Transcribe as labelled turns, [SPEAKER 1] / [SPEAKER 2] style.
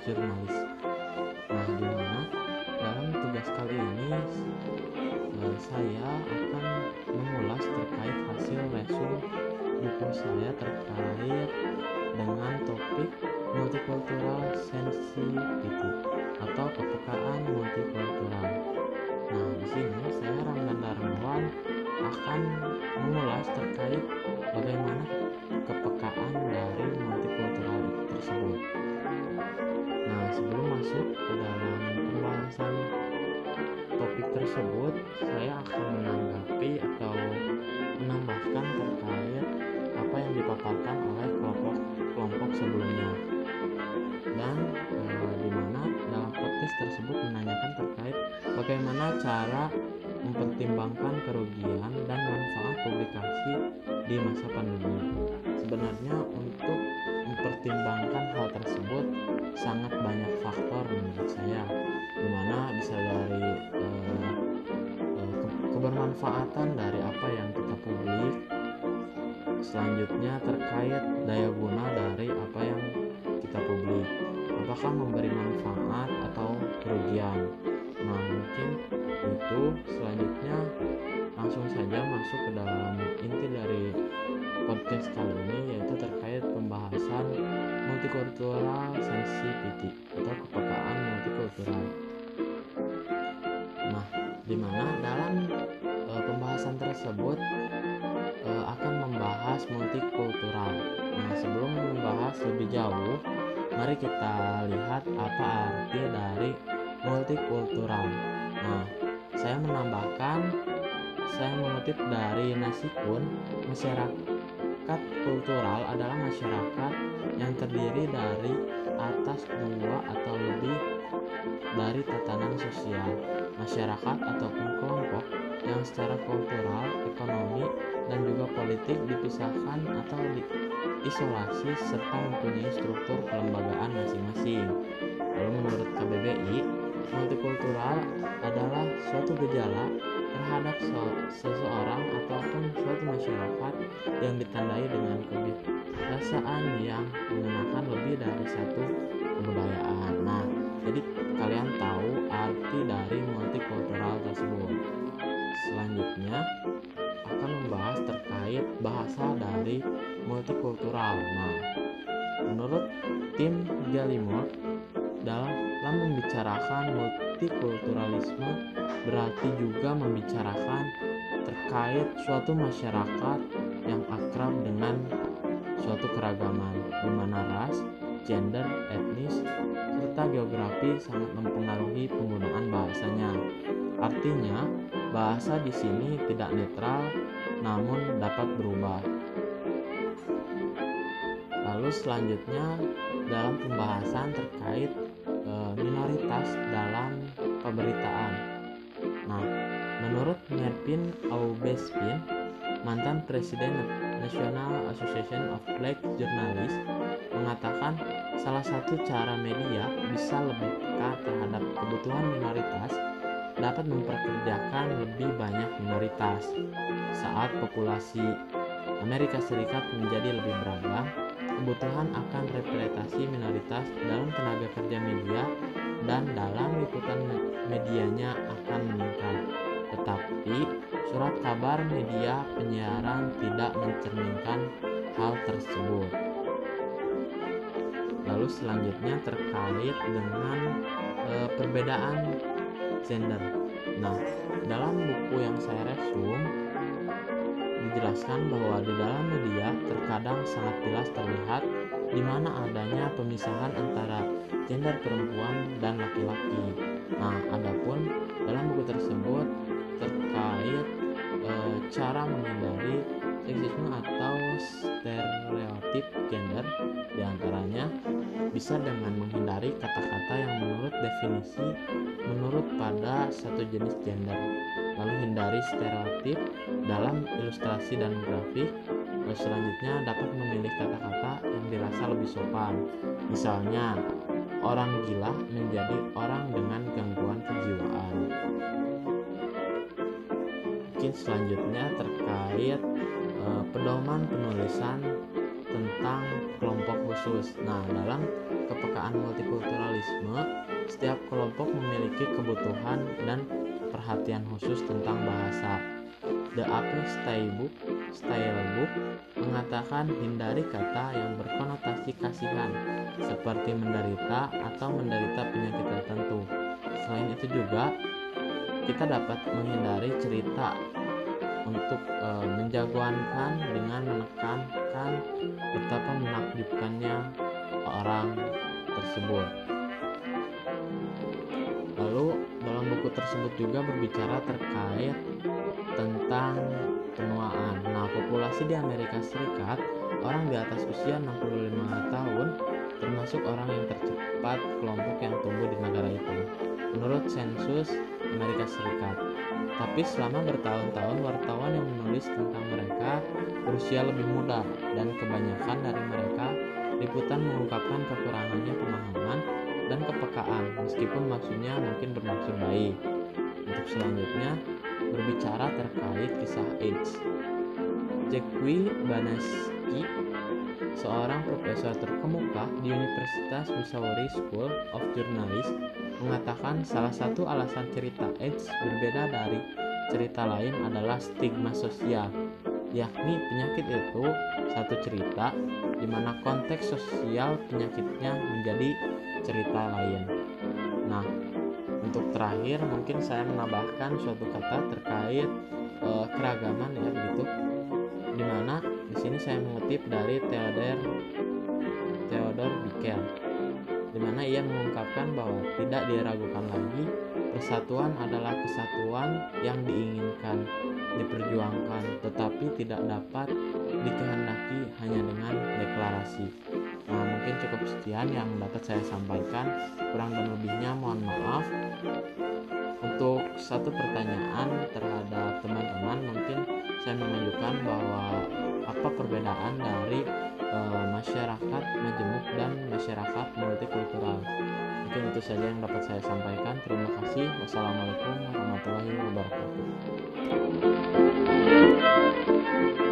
[SPEAKER 1] jurnalis. Nah, di mana dalam tugas kali ini saya akan mengulas terkait hasil resume buku saya terkait dengan topik multicultural sensitivity atau kepekaan multikultural. Nah, di sini saya Ramdan Darmawan akan mengulas terkait bagaimana kepekaan dari multikultural tersebut. Nah, sebelum masuk ke dalam pembahasan topik tersebut, saya akan menanggapi atau menambahkan terkait apa yang dipaparkan oleh kelompok sebelumnya. Dan di mana dalam podcast tersebut menanyakan terkait bagaimana cara mempertimbangkan kerugian dan manfaat publikasi di masa pandemi. Sebenarnya untuk mempertimbangkan hal tersebut sangat banyak faktor menurut saya, di mana bisa dari kebermanfaatan dari apa yang kita publik, selanjutnya terkait daya guna dari apa yang kita publik, apakah memberi manfaat atau kerugian. Nah, mungkin itu. Selanjutnya langsung saja masuk ke dalam inti dari podcast kali ini, yaitu terkait pembahasan multicultural sensitivity atau kepekaan multikultural. Nah, di mana dalam pembahasan tersebut akan membahas multikultural. Nah, sebelum membahas lebih jauh, mari kita lihat apa arti dari multikultural. Nah, saya mengutip dari Nasikun, masyarakat kultural adalah masyarakat yang terdiri dari atas dua atau lebih dari tatanan sosial, masyarakat ataupun kelompok yang secara kultural, ekonomi, dan juga politik dipisahkan atau diisolasi serta mempunyai struktur kelembagaan masing-masing. Lalu menurut KBBI, multikultural adalah suatu gejala terhadap seseorang ataupun suatu masyarakat yang ditandai dengan kebiasaan yang mengenakan lebih dari satu kebudayaan. Nah, jadi kalian tahu arti dari multikultural tersebut. Selanjutnya akan membahas terkait bahasa dari multikultural. Nah, menurut tim Gallimore, dalam membicarakan multikulturalisme berarti juga membicarakan terkait suatu masyarakat yang akrab dengan suatu keragaman, di mana ras, gender, etnis, serta geografi sangat mempengaruhi penggunaan bahasanya. Artinya, bahasa di sini tidak netral, namun dapat berubah. Lalu selanjutnya dalam pembahasan terkait minoritas dalam pemberitaan. Nah, menurut Mervyn Aubespin, mantan presiden National Association of Black Journalists, mengatakan salah satu cara media bisa lebih peka terhadap kebutuhan minoritas dapat memperkerjakan lebih banyak minoritas. Saat populasi Amerika Serikat menjadi lebih beragam, kebutuhan akan representasi minoritas dalam tenaga kerja media dan dalam liputan medianya akan meningkat. Tetapi surat kabar media penyiaran tidak mencerminkan hal tersebut. Lalu selanjutnya terkait dengan perbedaan gender. Nah, dalam buku yang saya resume dijelaskan bahwa di dalam media terkadang sangat jelas terlihat di mana adanya pemisahan antara gender perempuan dan laki-laki. Nah, adapun dalam buku tersebut terkait cara menghindari seksisme atau stereotip gender, diantaranya bisa dengan menghindari kata-kata yang menurut definisi menurut pada satu jenis gender, lalu hindari stereotip dalam ilustrasi dan grafik. Selanjutnya dapat memilih kata-kata yang dirasa lebih sopan, misalnya orang gila menjadi orang dengan gangguan kejiwaan. Mungkin selanjutnya terkait pedoman penulisan tentang kelompok khusus. Nah, dalam kepekaan multikulturalisme, setiap kelompok memiliki kebutuhan dan perhatian khusus tentang bahasa. The Apple Style Book mengatakan hindari kata yang berkonotasi kasihan seperti menderita atau menderita penyakit tertentu. Selain itu juga kita dapat menghindari cerita untuk menjagoankan dengan menekankan betapa menakjubkannya orang tersebut. Lalu dalam buku tersebut juga berbicara terkait tentang penuaan. Nah, populasi di Amerika Serikat, orang di atas usia 65 tahun termasuk orang yang tercepat kelompok yang tumbuh di negara itu, menurut sensus Amerika Serikat. Tapi selama bertahun-tahun wartawan yang menulis tentang mereka berusia lebih muda, dan kebanyakan dari mereka liputan mengungkapkan kekurangannya pemahaman dan kepekaan, meskipun maksudnya mungkin bermaksud baik. Untuk selanjutnya berbicara terkait kisah AIDS. Jackie Baneski, seorang profesor terkemuka di Universitas Missouri School of Journalism, mengatakan salah satu alasan cerita AIDS berbeda dari cerita lain adalah stigma sosial, yakni penyakit itu satu cerita di mana konteks sosial penyakitnya menjadi cerita lain. Nah, untuk terakhir mungkin saya menambahkan suatu kata terkait keragaman ya begitu, dimana di sini saya mengutip dari Theodor Bickel, dimana ia mengungkapkan bahwa tidak diragukan lagi persatuan adalah kesatuan yang diinginkan, diperjuangkan, tetapi tidak dapat dikehendaki hanya dengan deklarasi. Nah, mungkin cukup sekian yang dapat saya sampaikan, kurang dan lebihnya mohon maaf. Untuk satu pertanyaan terhadap teman-teman, mungkin saya menunjukkan bahwa apa perbedaan dari masyarakat majemuk dan masyarakat multikultural. Mungkin itu saja yang dapat saya sampaikan. Terima kasih. Wassalamualaikum warahmatullahi wabarakatuh.